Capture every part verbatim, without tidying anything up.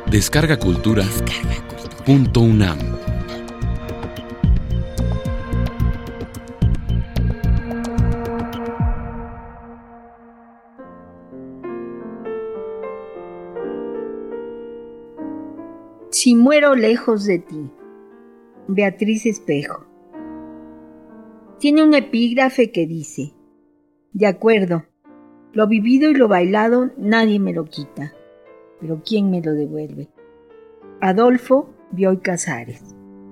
Descarga Cultura. Punto UNAM. Si muero lejos de ti. Beatriz Espejo. Tiene un epígrafe que dice: de acuerdo, lo vivido y lo bailado nadie me lo quita, pero ¿quién me lo devuelve? Adolfo Bioy Casares.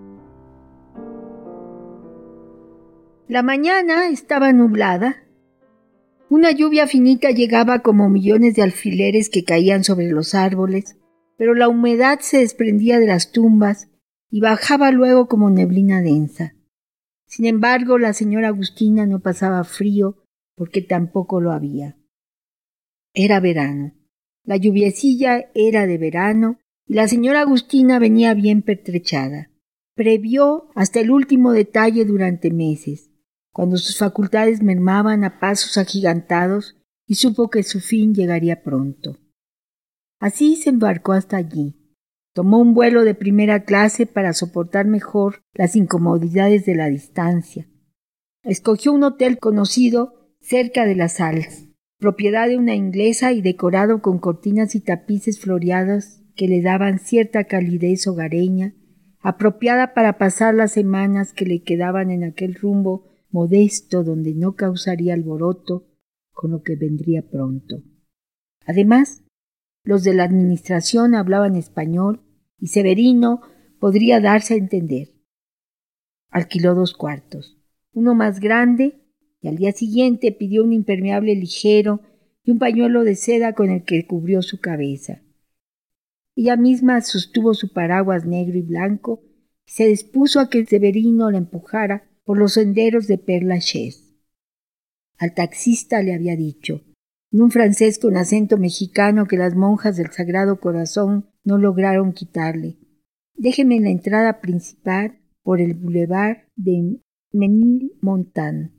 La mañana estaba nublada. Una lluvia finita llegaba como millones de alfileres que caían sobre los árboles, pero la humedad se desprendía de las tumbas y bajaba luego como neblina densa. Sin embargo, la señora Agustina no pasaba frío porque tampoco lo había. Era verano. La lluviecilla era de verano y la señora Agustina venía bien pertrechada. Previó hasta el último detalle durante meses, cuando sus facultades mermaban a pasos agigantados, y supo que su fin llegaría pronto. Así se embarcó hasta allí. Tomó un vuelo de primera clase para soportar mejor las incomodidades de la distancia. Escogió un hotel conocido cerca de las salas, propiedad de una inglesa y decorado con cortinas y tapices floreados que le daban cierta calidez hogareña, apropiada para pasar las semanas que le quedaban en aquel rumbo modesto donde no causaría alboroto con lo que vendría pronto. Además, los de la administración hablaban español y Severino podría darse a entender. Alquiló dos cuartos, uno más grande, y al día siguiente pidió un impermeable ligero y un pañuelo de seda con el que cubrió su cabeza. Ella misma sostuvo su paraguas negro y blanco y se dispuso a que Severino la empujara por los senderos de Père Lachaise. Al taxista le había dicho, en un francés con acento mexicano que las monjas del Sagrado Corazón no lograron quitarle: déjeme en la entrada principal por el boulevard de Ménilmontant.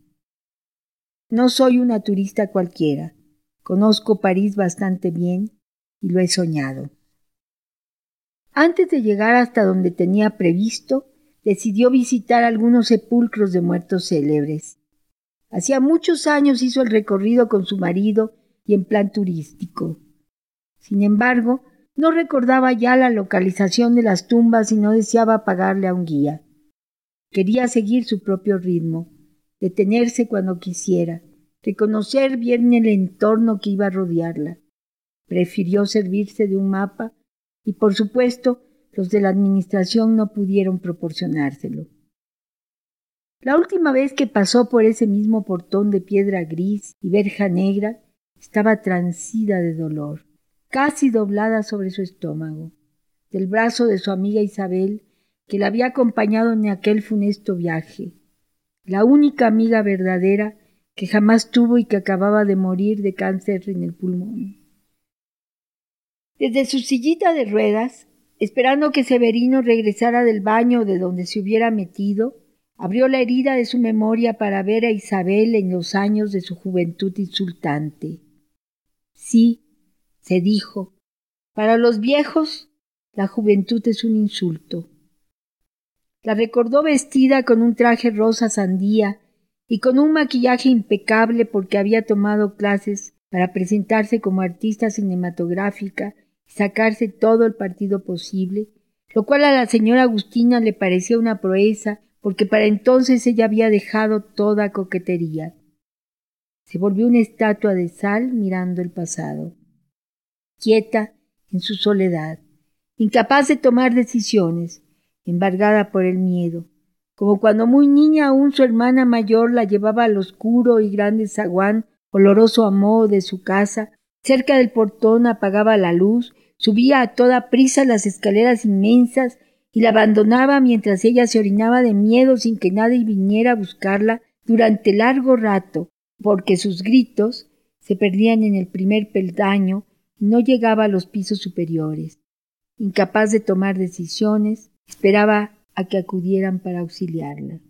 No soy una turista cualquiera. Conozco París bastante bien y lo he soñado. Antes de llegar hasta donde tenía previsto, decidió visitar algunos sepulcros de muertos célebres. Hacía muchos años hizo el recorrido con su marido y en plan turístico. Sin embargo, no recordaba ya la localización de las tumbas y no deseaba pagarle a un guía. Quería seguir su propio ritmo, detenerse cuando quisiera, reconocer bien el entorno que iba a rodearla. Prefirió servirse de un mapa y, por supuesto, los de la administración no pudieron proporcionárselo. La última vez que pasó por ese mismo portón de piedra gris y verja negra, estaba transida de dolor, casi doblada sobre su estómago, del brazo de su amiga Isabel, que la había acompañado en aquel funesto viaje, la única amiga verdadera que jamás tuvo y que acababa de morir de cáncer en el pulmón. Desde su sillita de ruedas, esperando que Severino regresara del baño de donde se hubiera metido, abrió la herida de su memoria para ver a Isabel en los años de su juventud insultante. Sí, se dijo, para los viejos la juventud es un insulto. La recordó vestida con un traje rosa sandía y con un maquillaje impecable porque había tomado clases para presentarse como artista cinematográfica y sacarse todo el partido posible, lo cual a la señora Agustina le parecía una proeza porque para entonces ella había dejado toda coquetería. Se volvió una estatua de sal mirando el pasado, quieta en su soledad, incapaz de tomar decisiones, embargada por el miedo, como cuando muy niña aún su hermana mayor la llevaba al oscuro y grande zaguán oloroso a moho de su casa. Cerca del portón apagaba la luz, subía a toda prisa las escaleras inmensas y la abandonaba mientras ella se orinaba de miedo sin que nadie viniera a buscarla durante largo rato, porque sus gritos se perdían en el primer peldaño y no llegaba a los pisos superiores. Incapaz de tomar decisiones, esperaba a que acudieran para auxiliarla.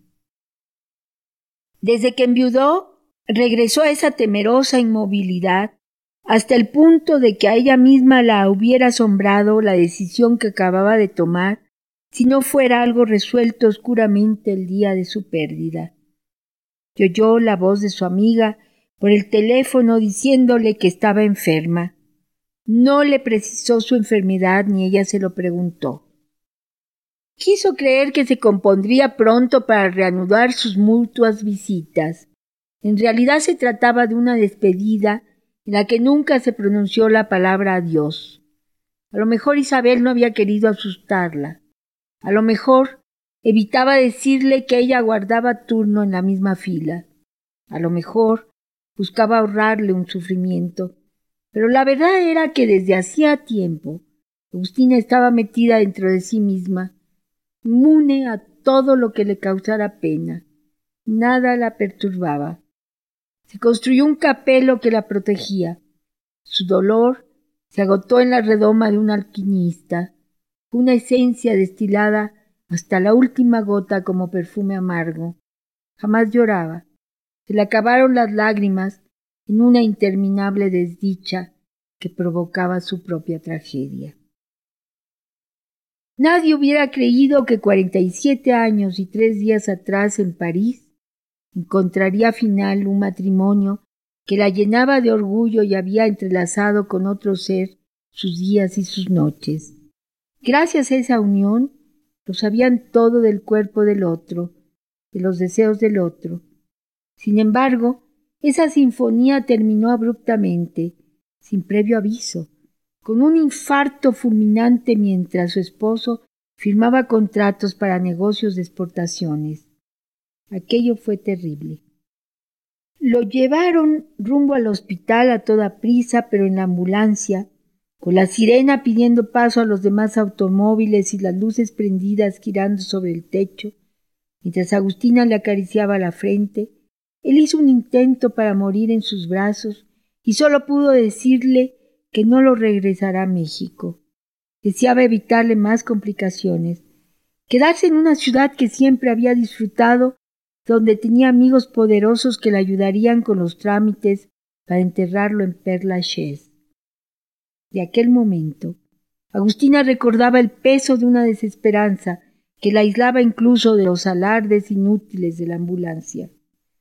Desde que enviudó, regresó a esa temerosa inmovilidad, hasta el punto de que a ella misma la hubiera asombrado la decisión que acababa de tomar, si no fuera algo resuelto oscuramente el día de su pérdida. Y oyó la voz de su amiga por el teléfono diciéndole que estaba enferma. No le precisó su enfermedad ni ella se lo preguntó. Quiso creer que se compondría pronto para reanudar sus mutuas visitas. En realidad se trataba de una despedida en la que nunca se pronunció la palabra adiós. A lo mejor Isabel no había querido asustarla. A lo mejor evitaba decirle que ella guardaba turno en la misma fila. A lo mejor buscaba ahorrarle un sufrimiento. Pero la verdad era que desde hacía tiempo Agustina estaba metida dentro de sí misma, inmune a todo lo que le causara pena. Nada la perturbaba. Se construyó un capelo que la protegía. Su dolor se agotó en la redoma de un alquimista. Fue una esencia destilada hasta la última gota como perfume amargo. Jamás lloraba. Se le acabaron las lágrimas en una interminable desdicha que provocaba su propia tragedia. Nadie hubiera creído que cuarenta y siete años y tres días atrás en París encontraría final un matrimonio que la llenaba de orgullo y había entrelazado con otro ser sus días y sus noches. Gracias a esa unión, lo sabían todo del cuerpo del otro, de los deseos del otro. Sin embargo, esa sinfonía terminó abruptamente, sin previo aviso, con un infarto fulminante mientras su esposo firmaba contratos para negocios de exportaciones. Aquello fue terrible. Lo llevaron rumbo al hospital a toda prisa, pero en la ambulancia, con la sirena pidiendo paso a los demás automóviles y las luces prendidas girando sobre el techo, mientras Agustina le acariciaba la frente, él hizo un intento para morir en sus brazos y solo pudo decirle que no lo regresará a México. Deseaba evitarle más complicaciones, quedarse en una ciudad que siempre había disfrutado, donde tenía amigos poderosos que le ayudarían con los trámites para enterrarlo en Père Lachaise. De aquel momento, Agustina recordaba el peso de una desesperanza que la aislaba incluso de los alardes inútiles de la ambulancia.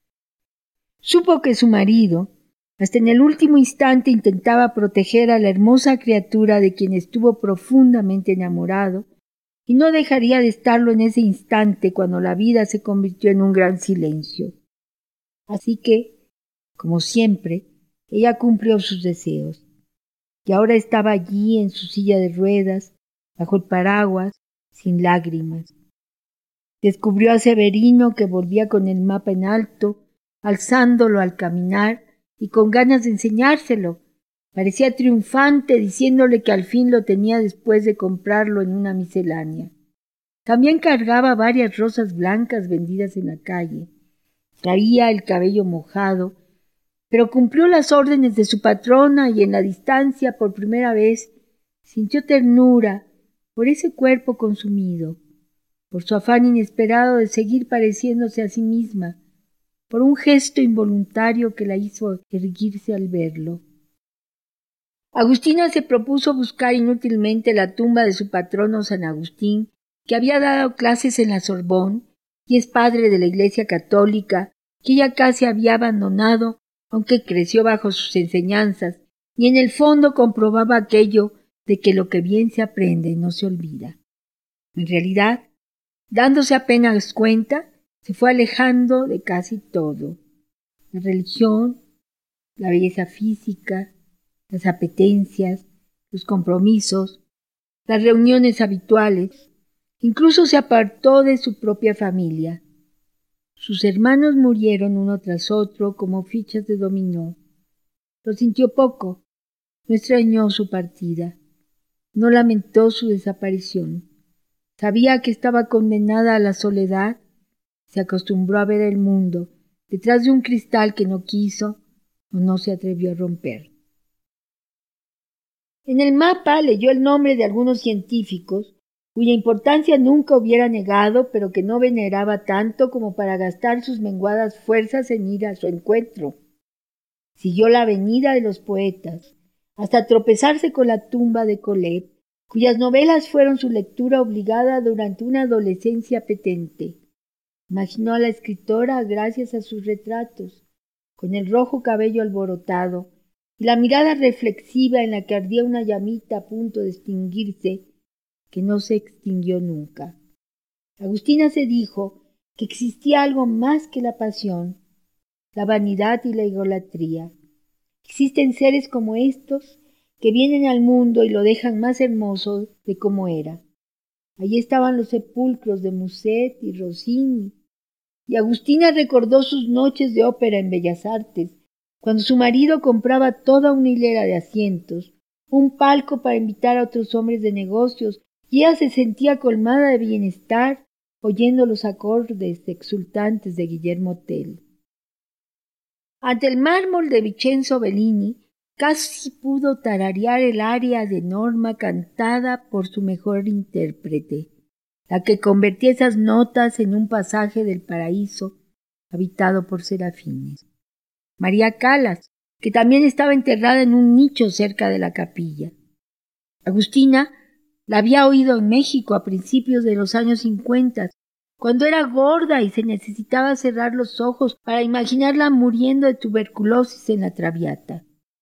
Supo que su marido, hasta en el último instante, intentaba proteger a la hermosa criatura de quien estuvo profundamente enamorado, y no dejaría de estarlo en ese instante cuando la vida se convirtió en un gran silencio. Así que, como siempre, ella cumplió sus deseos, y ahora estaba allí en su silla de ruedas, bajo el paraguas, sin lágrimas. Descubrió a Severino, que volvía con el mapa en alto, alzándolo al caminar y con ganas de enseñárselo. Parecía triunfante, diciéndole que al fin lo tenía después de comprarlo en una miscelánea. También cargaba varias rosas blancas vendidas en la calle. Traía el cabello mojado, pero cumplió las órdenes de su patrona y en la distancia por primera vez sintió ternura por ese cuerpo consumido, por su afán inesperado de seguir pareciéndose a sí misma, por un gesto involuntario que la hizo erguirse al verlo. Agustina se propuso buscar inútilmente la tumba de su patrono San Agustín, que había dado clases en la Sorbonne y es padre de la Iglesia Católica, que ella casi había abandonado, aunque creció bajo sus enseñanzas, y en el fondo comprobaba aquello de que lo que bien se aprende no se olvida. En realidad, dándose apenas cuenta, se fue alejando de casi todo: la religión, la belleza física, las apetencias, los compromisos, las reuniones habituales. Incluso se apartó de su propia familia. Sus hermanos murieron uno tras otro como fichas de dominó. Lo sintió poco, no extrañó su partida, no lamentó su desaparición. Sabía que estaba condenada a la soledad, se acostumbró a ver el mundo detrás de un cristal que no quiso o no se atrevió a romper. En el mapa leyó el nombre de algunos científicos cuya importancia nunca hubiera negado, pero que no veneraba tanto como para gastar sus menguadas fuerzas en ir a su encuentro. Siguió la avenida de los poetas, hasta tropezarse con la tumba de Colette, cuyas novelas fueron su lectura obligada durante una adolescencia petente. Imaginó a la escritora gracias a sus retratos, con el rojo cabello alborotado y la mirada reflexiva en la que ardía una llamita a punto de extinguirse, que no se extinguió nunca. Agustina se dijo que existía algo más que la pasión, la vanidad y la idolatría. Existen seres como estos que vienen al mundo y lo dejan más hermoso de como era. Allí estaban los sepulcros de Musset y Rossini, y Agustina recordó sus noches de ópera en Bellas Artes, cuando su marido compraba toda una hilera de asientos, un palco para invitar a otros hombres de negocios, y ella se sentía colmada de bienestar oyendo los acordes exultantes de Guillermo Tell. Ante el mármol de Vincenzo Bellini, casi pudo tararear el aria de Norma cantada por su mejor intérprete, la que convertía esas notas en un pasaje del paraíso habitado por serafines. María Callas, que también estaba enterrada en un nicho cerca de la capilla. Agustina la había oído en México a principios de los años cincuenta, cuando era gorda y se necesitaba cerrar los ojos para imaginarla muriendo de tuberculosis en la Traviata.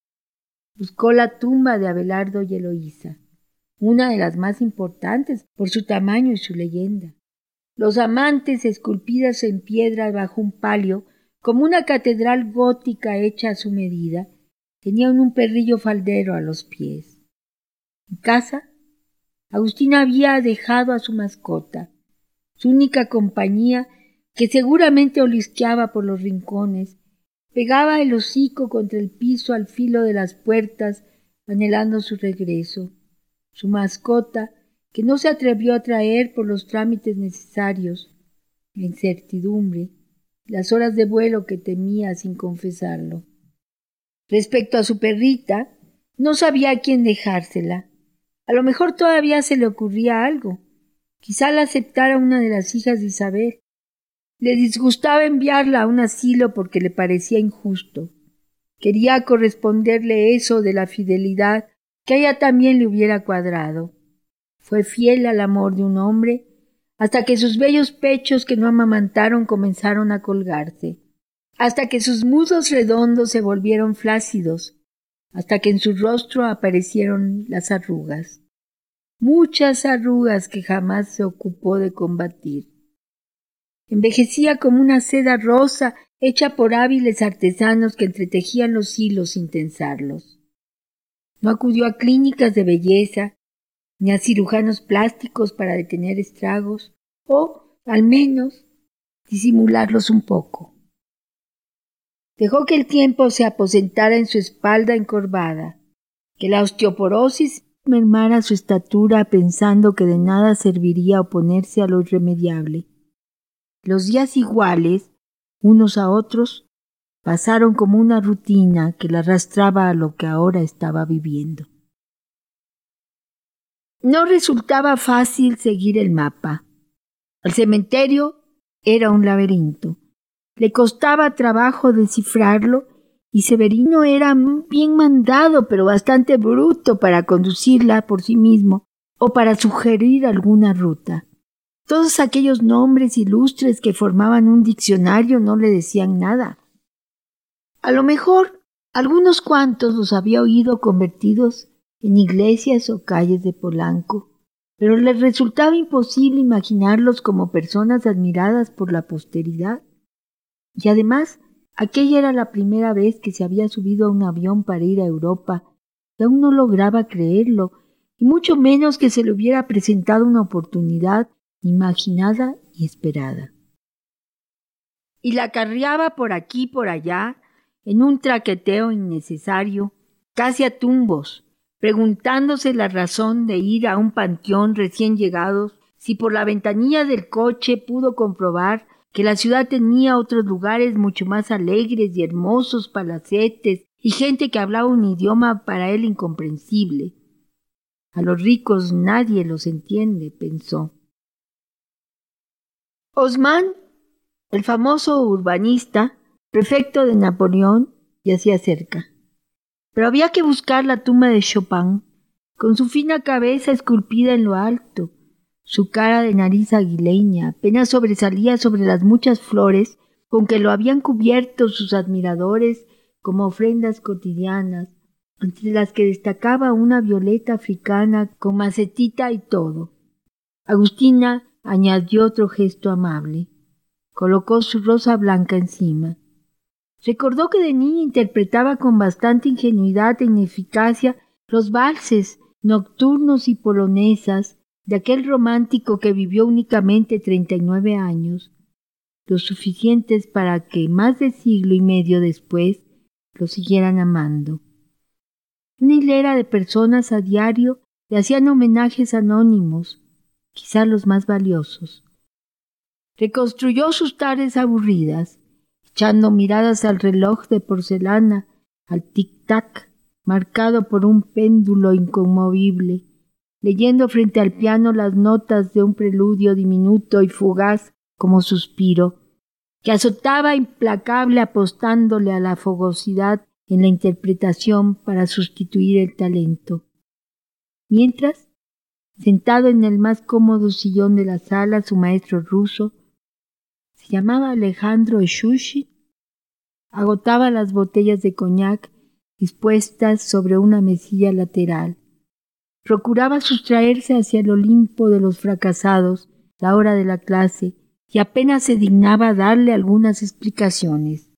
Buscó la tumba de Abelardo y Eloísa, una de las más importantes por su tamaño y su leyenda. Los amantes esculpidas en piedra bajo un palio, como una catedral gótica hecha a su medida, tenían un perrillo faldero a los pies. En casa, Agustina había dejado a su mascota, su única compañía, que seguramente olisqueaba por los rincones, pegaba el hocico contra el piso al filo de las puertas, anhelando su regreso. Su mascota, que no se atrevió a traer por los trámites necesarios, la incertidumbre, las horas de vuelo que temía sin confesarlo. Respecto a su perrita, no sabía a quién dejársela. A lo mejor todavía se le ocurría algo. Quizá la aceptara una de las hijas de Isabel. Le disgustaba enviarla a un asilo porque le parecía injusto. Quería corresponderle eso de la fidelidad que a ella también le hubiera cuadrado. Fue fiel al amor de un hombre hasta que sus bellos pechos que no amamantaron comenzaron a colgarse, hasta que sus muslos redondos se volvieron flácidos, hasta que en su rostro aparecieron las arrugas. Muchas arrugas que jamás se ocupó de combatir. Envejecía como una seda rosa hecha por hábiles artesanos que entretejían los hilos sin tensarlos. No acudió a clínicas de belleza, ni a cirujanos plásticos para detener estragos, o, al menos, disimularlos un poco. Dejó que el tiempo se aposentara en su espalda encorvada, que la osteoporosis mermara su estatura pensando que de nada serviría oponerse a lo irremediable. Los días iguales, unos a otros, pasaron como una rutina que la arrastraba a lo que ahora estaba viviendo. No resultaba fácil seguir el mapa. El cementerio era un laberinto. Le costaba trabajo descifrarlo y Severino era bien mandado, pero bastante bruto para conducirla por sí mismo o para sugerir alguna ruta. Todos aquellos nombres ilustres que formaban un diccionario no le decían nada. A lo mejor algunos cuantos los había oído convertidos en iglesias o calles de Polanco, pero le resultaba imposible imaginarlos como personas admiradas por la posteridad. Y además, aquella era la primera vez que se había subido a un avión para ir a Europa, y aún no lograba creerlo, y mucho menos que se le hubiera presentado una oportunidad imaginada y esperada. Y la carreaba por aquí y por allá, en un traqueteo innecesario, casi a tumbos, preguntándose la razón de ir a un panteón recién llegados, si por la ventanilla del coche pudo comprobar que la ciudad tenía otros lugares mucho más alegres y hermosos palacetes y gente que hablaba un idioma para él incomprensible. A los ricos nadie los entiende, pensó. Haussmann, el famoso urbanista, prefecto de Napoleón, yacía cerca. Pero había que buscar la tumba de Chopin, con su fina cabeza esculpida en lo alto. Su cara de nariz aguileña apenas sobresalía sobre las muchas flores con que lo habían cubierto sus admiradores como ofrendas cotidianas, entre las que destacaba una violeta africana con macetita y todo. Agustina añadió otro gesto amable. Colocó su rosa blanca encima. Recordó que de niña interpretaba con bastante ingenuidad e ineficacia los valses, nocturnos y polonesas de aquel romántico que vivió únicamente treinta y nueve años, lo suficientes para que más de siglo y medio después lo siguieran amando. Una hilera de personas a diario le hacían homenajes anónimos, quizá los más valiosos. Reconstruyó sus tardes aburridas, echando miradas al reloj de porcelana, al tic-tac, marcado por un péndulo inconmovible, leyendo frente al piano las notas de un preludio diminuto y fugaz como suspiro, que azotaba implacable apostándole a la fogosidad en la interpretación para sustituir el talento. Mientras, sentado en el más cómodo sillón de la sala, su maestro ruso, se llamaba Alejandro Shushit, agotaba las botellas de coñac dispuestas sobre una mesilla lateral. Procuraba sustraerse hacia el Olimpo de los fracasados, la hora de la clase, y apenas se dignaba darle algunas explicaciones.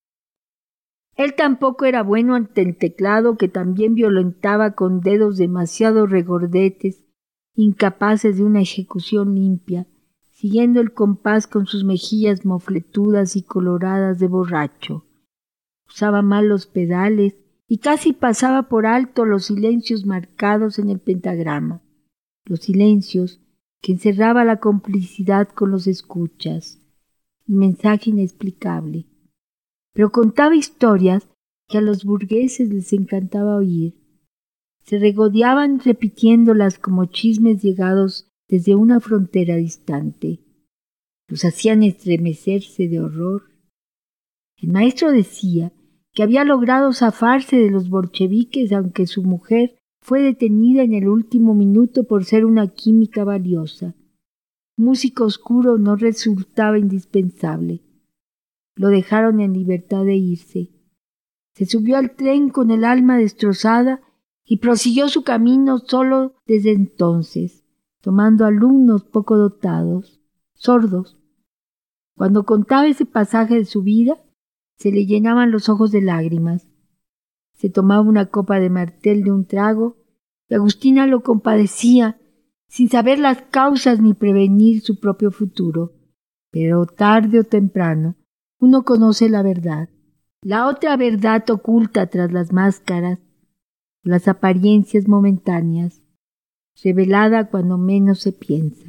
Él tampoco era bueno ante el teclado, que también violentaba con dedos demasiado regordetes, incapaces de una ejecución limpia, siguiendo el compás con sus mejillas mofletudas y coloradas de borracho. Usaba mal los pedales y casi pasaba por alto los silencios marcados en el pentagrama, los silencios que encerraba la complicidad con los escuchas, el mensaje inexplicable. Pero contaba historias que a los burgueses les encantaba oír. Se regodeaban repitiéndolas como chismes llegados desde una frontera distante. Los hacían estremecerse de horror. El maestro decía que había logrado zafarse de los bolcheviques, aunque su mujer fue detenida en el último minuto por ser una química valiosa. Músico oscuro no resultaba indispensable. Lo dejaron en libertad de irse. Se subió al tren con el alma destrozada y prosiguió su camino solo desde entonces, tomando alumnos poco dotados, sordos. Cuando contaba ese pasaje de su vida, se le llenaban los ojos de lágrimas. Se tomaba una copa de martel de un trago y Agustina lo compadecía, sin saber las causas ni prevenir su propio futuro. Pero tarde o temprano, uno conoce la verdad, la otra verdad oculta tras las máscaras, las apariencias momentáneas, revelada cuando menos se piensa.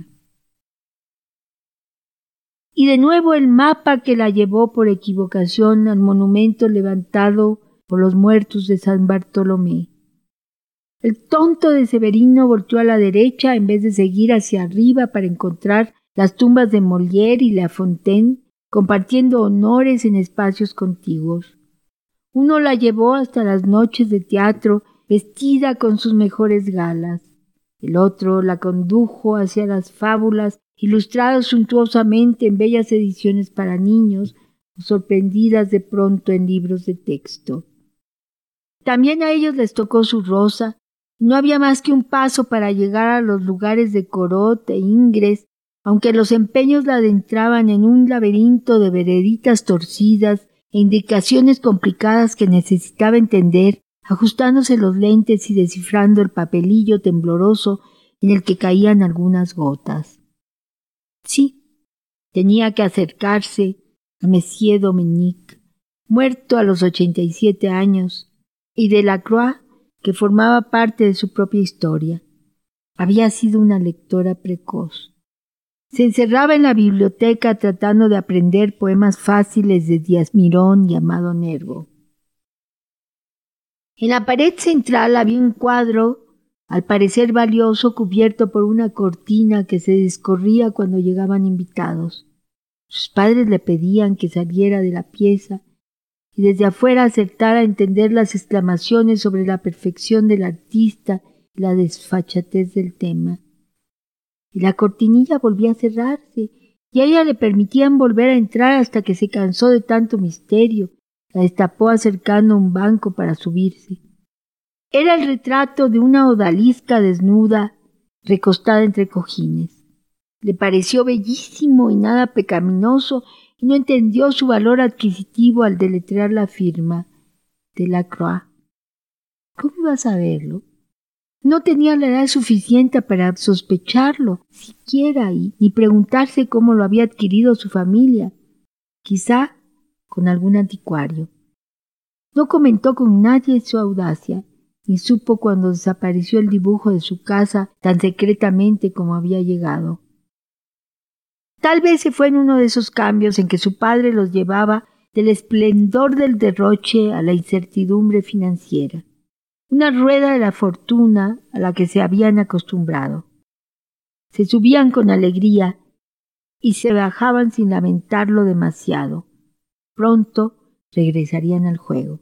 Y de nuevo el mapa que la llevó por equivocación al monumento levantado por los muertos de San Bartolomé. El tonto de Severino volteó a la derecha en vez de seguir hacia arriba para encontrar las tumbas de Molière y La Fontaine, compartiendo honores en espacios contiguos. Uno la llevó hasta las noches de teatro vestida con sus mejores galas. El otro la condujo hacia las fábulas ilustradas suntuosamente en bellas ediciones para niños o sorprendidas de pronto en libros de texto. También a ellos les tocó su rosa, y no había más que un paso para llegar a los lugares de Corot e Ingres, aunque los empeños la adentraban en un laberinto de vereditas torcidas e indicaciones complicadas que necesitaba entender, ajustándose los lentes y descifrando el papelillo tembloroso en el que caían algunas gotas. Sí, tenía que acercarse a Monsieur Dominique, muerto a los ochenta y siete años, y de Lacroix, que formaba parte de su propia historia. Había sido una lectora precoz. Se encerraba en la biblioteca tratando de aprender poemas fáciles de Díaz Mirón y Amado Nervo. En la pared central había un cuadro, al parecer valioso, cubierto por una cortina que se descorría cuando llegaban invitados. Sus padres le pedían que saliera de la pieza y desde afuera acertar a entender las exclamaciones sobre la perfección del artista y la desfachatez del tema. Y la cortinilla volvía a cerrarse, y a ella le permitían volver a entrar hasta que se cansó de tanto misterio. La destapó acercando un banco para subirse. Era el retrato de una odalisca desnuda, recostada entre cojines. Le pareció bellísimo y nada pecaminoso, y no entendió su valor adquisitivo al deletrear la firma Delacroix. ¿Cómo iba a saberlo? No tenía la edad suficiente para sospecharlo, siquiera, y ni preguntarse cómo lo había adquirido su familia. Quizá con algún anticuario. No comentó con nadie su audacia, ni supo cuando desapareció el dibujo de su casa tan secretamente como había llegado. Tal vez se fue en uno de esos cambios en que su padre los llevaba del esplendor del derroche a la incertidumbre financiera, una rueda de la fortuna a la que se habían acostumbrado. Se subían con alegría y se bajaban sin lamentarlo demasiado. Pronto regresarían al juego.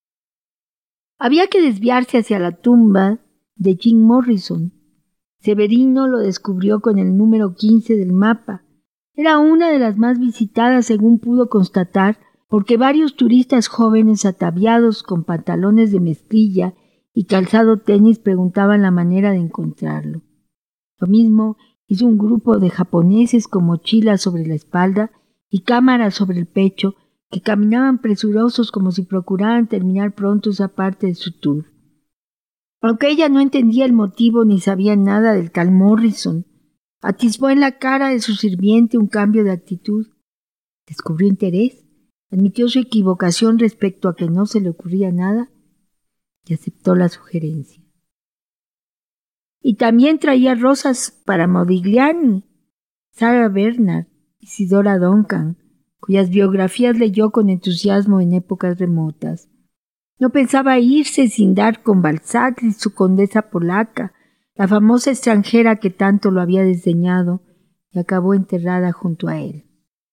Había que desviarse hacia la tumba de Jim Morrison. Severino lo descubrió con el número quince del mapa. Era una de las más visitadas, según pudo constatar, porque varios turistas jóvenes ataviados con pantalones de mezclilla y calzado tenis preguntaban la manera de encontrarlo. Lo mismo hizo un grupo de japoneses con mochilas sobre la espalda y cámaras sobre el pecho, que caminaban presurosos como si procuraran terminar pronto esa parte de su tour. Aunque ella no entendía el motivo ni sabía nada del tal Morrison, atisbó en la cara de su sirviente un cambio de actitud. Descubrió interés, admitió su equivocación respecto a que no se le ocurría nada y aceptó la sugerencia. Y también traía rosas para Modigliani, Sarah Bernhardt, Isidora Duncan, cuyas biografías leyó con entusiasmo en épocas remotas. No pensaba irse sin dar con Balzac y su condesa polaca, la famosa extranjera que tanto lo había desdeñado y acabó enterrada junto a él.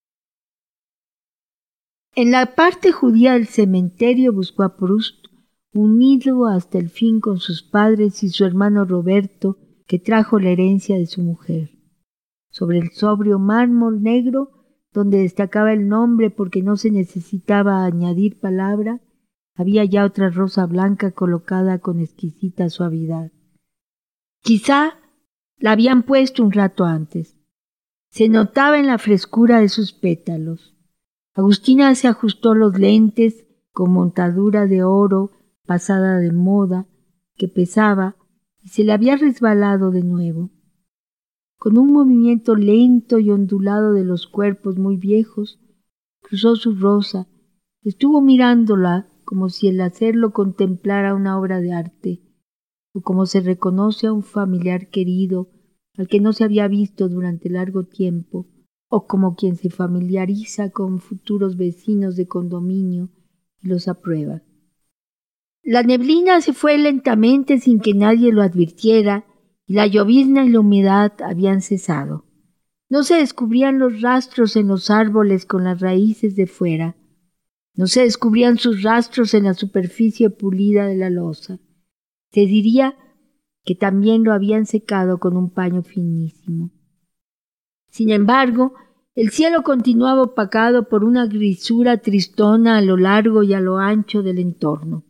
En la parte judía del cementerio buscó a Proust, unido hasta el fin con sus padres y su hermano Roberto, que trajo la herencia de su mujer. Sobre el sobrio mármol negro, donde destacaba el nombre porque no se necesitaba añadir palabra, había ya otra rosa blanca colocada con exquisita suavidad. Quizá la habían puesto un rato antes. Se notaba en la frescura de sus pétalos. Agustina se ajustó los lentes con montadura de oro pasada de moda, que pesaba, y se le había resbalado de nuevo. Con un movimiento lento y ondulado de los cuerpos muy viejos, cruzó su rosa, estuvo mirándola como si el hacerlo contemplara una obra de arte, o como se reconoce a un familiar querido al que no se había visto durante largo tiempo, o como quien se familiariza con futuros vecinos de condominio y los aprueba. La neblina se fue lentamente sin que nadie lo advirtiera, y la llovizna y la humedad habían cesado. No se descubrían los rastros en los árboles con las raíces de fuera. No se descubrían sus rastros en la superficie pulida de la losa. Se diría que también lo habían secado con un paño finísimo. Sin embargo, el cielo continuaba opacado por una grisura tristona a lo largo y a lo ancho del entorno.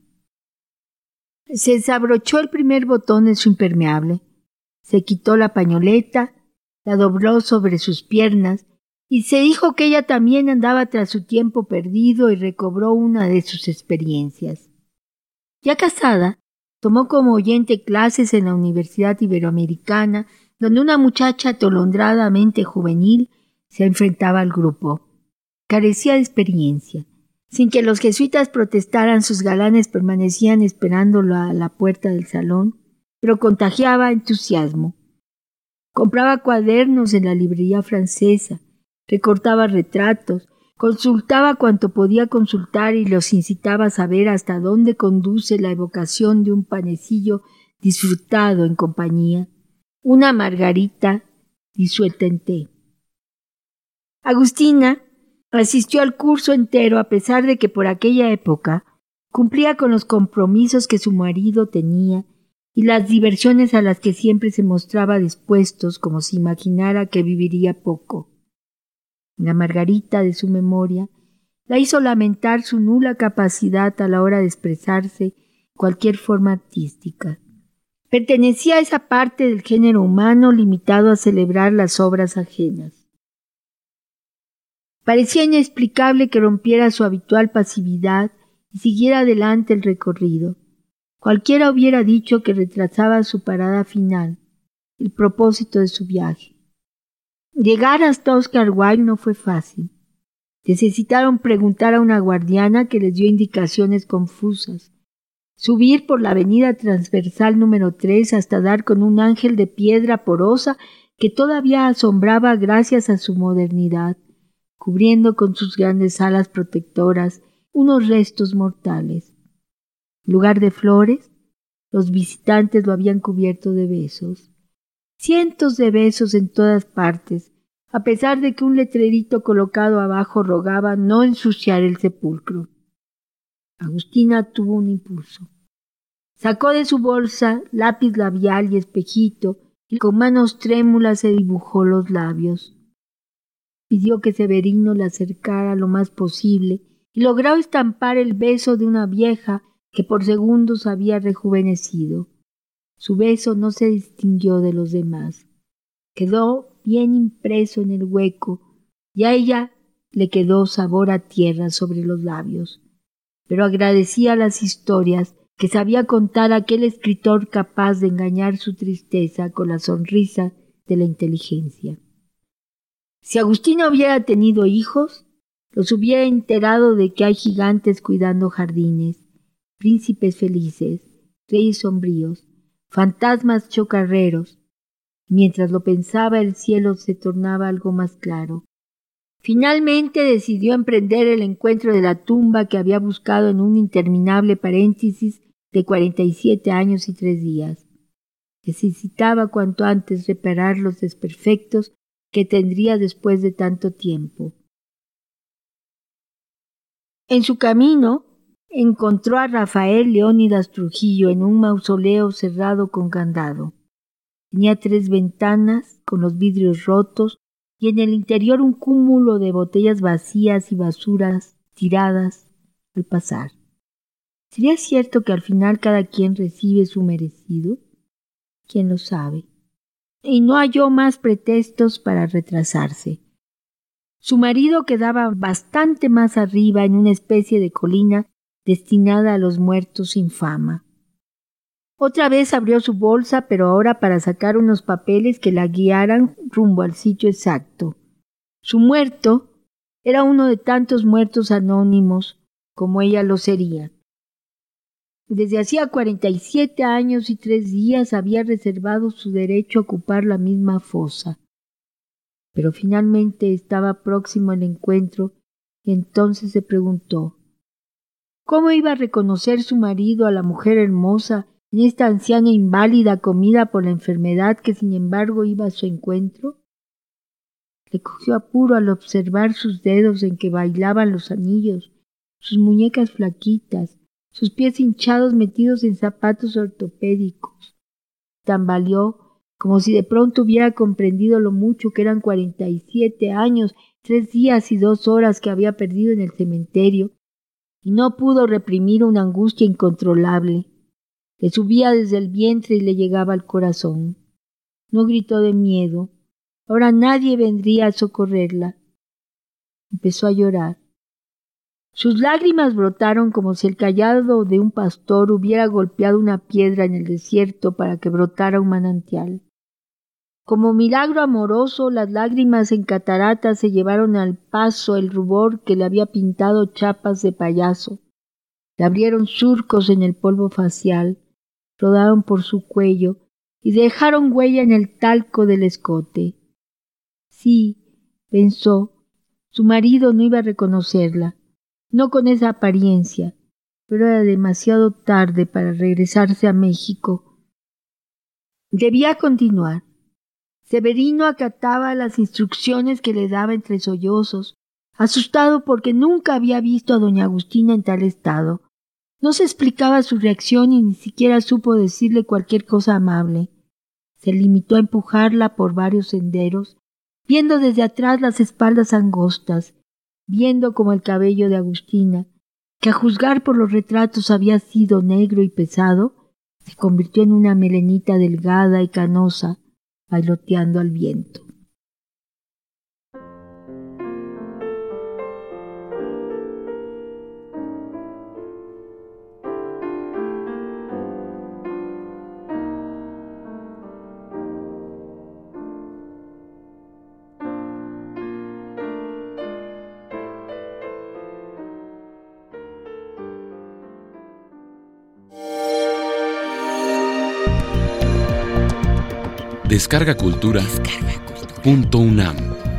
Se desabrochó el primer botón de su impermeable, se quitó la pañoleta, la dobló sobre sus piernas y se dijo que ella también andaba tras su tiempo perdido y recobró una de sus experiencias. Ya casada, tomó como oyente clases en la Universidad Iberoamericana, donde una muchacha atolondradamente juvenil se enfrentaba al grupo. Carecía de experiencia. Sin que los jesuitas protestaran, sus galanes permanecían esperándola a la puerta del salón, pero contagiaba entusiasmo. Compraba cuadernos en la librería francesa, recortaba retratos, consultaba cuanto podía consultar y los incitaba a saber hasta dónde conduce la evocación de un panecillo disfrutado en compañía, una margarita disuelta en té. Agustina Asistió al curso entero a pesar de que por aquella época cumplía con los compromisos que su marido tenía y las diversiones a las que siempre se mostraba dispuestos, como si imaginara que viviría poco. La Margarita de su memoria la hizo lamentar su nula capacidad a la hora de expresarse en cualquier forma artística. Pertenecía a esa parte del género humano limitado a celebrar las obras ajenas. Parecía inexplicable que rompiera su habitual pasividad y siguiera adelante el recorrido. Cualquiera hubiera dicho que retrasaba su parada final, el propósito de su viaje. Llegar hasta Oscar Wilde no fue fácil. Necesitaron preguntar a una guardiana que les dio indicaciones confusas. Subir por la avenida transversal número tres hasta dar con un ángel de piedra porosa que todavía asombraba gracias a su modernidad, cubriendo con sus grandes alas protectoras unos restos mortales. En lugar de flores, los visitantes lo habían cubierto de besos. Cientos de besos en todas partes, a pesar de que un letrerito colocado abajo rogaba no ensuciar el sepulcro. Agustina tuvo un impulso. Sacó de su bolsa lápiz labial y espejito y con manos trémulas se dibujó los labios. Pidió que Severino la acercara lo más posible y logró estampar el beso de una vieja que por segundos había rejuvenecido. Su beso no se distinguió de los demás. Quedó bien impreso en el hueco y a ella le quedó sabor a tierra sobre los labios. Pero agradecía las historias que sabía contar aquel escritor capaz de engañar su tristeza con la sonrisa de la inteligencia. Si Agustina hubiera tenido hijos, los hubiera enterado de que hay gigantes cuidando jardines, príncipes felices, reyes sombríos, fantasmas chocarreros. Mientras lo pensaba, el cielo se tornaba algo más claro. Finalmente decidió emprender el encuentro de la tumba que había buscado en un interminable paréntesis de cuarenta y siete años y tres días. Necesitaba cuanto antes reparar los desperfectos que tendría después de tanto tiempo. En su camino encontró a Rafael Leónidas Trujillo en un mausoleo cerrado con candado. Tenía tres ventanas con los vidrios rotos y en el interior un cúmulo de botellas vacías y basuras tiradas al pasar. ¿Sería cierto que al final cada quien recibe su merecido? ¿Quién lo sabe? Y no halló más pretextos para retrasarse. Su marido quedaba bastante más arriba en una especie de colina destinada a los muertos sin fama. Otra vez abrió su bolsa, pero ahora para sacar unos papeles que la guiaran rumbo al sitio exacto. Su muerto era uno de tantos muertos anónimos como ella lo sería. Desde hacía cuarenta y siete años y tres días había reservado su derecho a ocupar la misma fosa. Pero finalmente estaba próximo al encuentro y entonces se preguntó ¿cómo iba a reconocer su marido a la mujer hermosa en esta anciana inválida comida por la enfermedad que sin embargo iba a su encuentro? Le cogió apuro al observar sus dedos en que bailaban los anillos, sus muñecas flaquitas, sus pies hinchados metidos en zapatos ortopédicos. Tambaleó como si de pronto hubiera comprendido lo mucho que eran cuarenta y siete años, tres días y dos horas que había perdido en el cementerio, y no pudo reprimir una angustia incontrolable. Le subía desde el vientre y le llegaba al corazón. No gritó de miedo. Ahora nadie vendría a socorrerla. Empezó a llorar. Sus lágrimas brotaron como si el cayado de un pastor hubiera golpeado una piedra en el desierto para que brotara un manantial. Como milagro amoroso, las lágrimas en cataratas se llevaron al paso el rubor que le había pintado chapas de payaso. Le abrieron surcos en el polvo facial, rodaron por su cuello y dejaron huella en el talco del escote. Sí, pensó, su marido no iba a reconocerla, no con esa apariencia, pero era demasiado tarde para regresarse a México. Debía continuar. Severino acataba las instrucciones que le daba entre sollozos, asustado porque nunca había visto a doña Agustina en tal estado. No se explicaba su reacción y ni siquiera supo decirle cualquier cosa amable. Se limitó a empujarla por varios senderos, viendo desde atrás las espaldas angostas, viendo como el cabello de Agustina, que a juzgar por los retratos había sido negro y pesado, se convirtió en una melenita delgada y canosa, bailoteando al viento. Descarga Cultura. Punto U N A M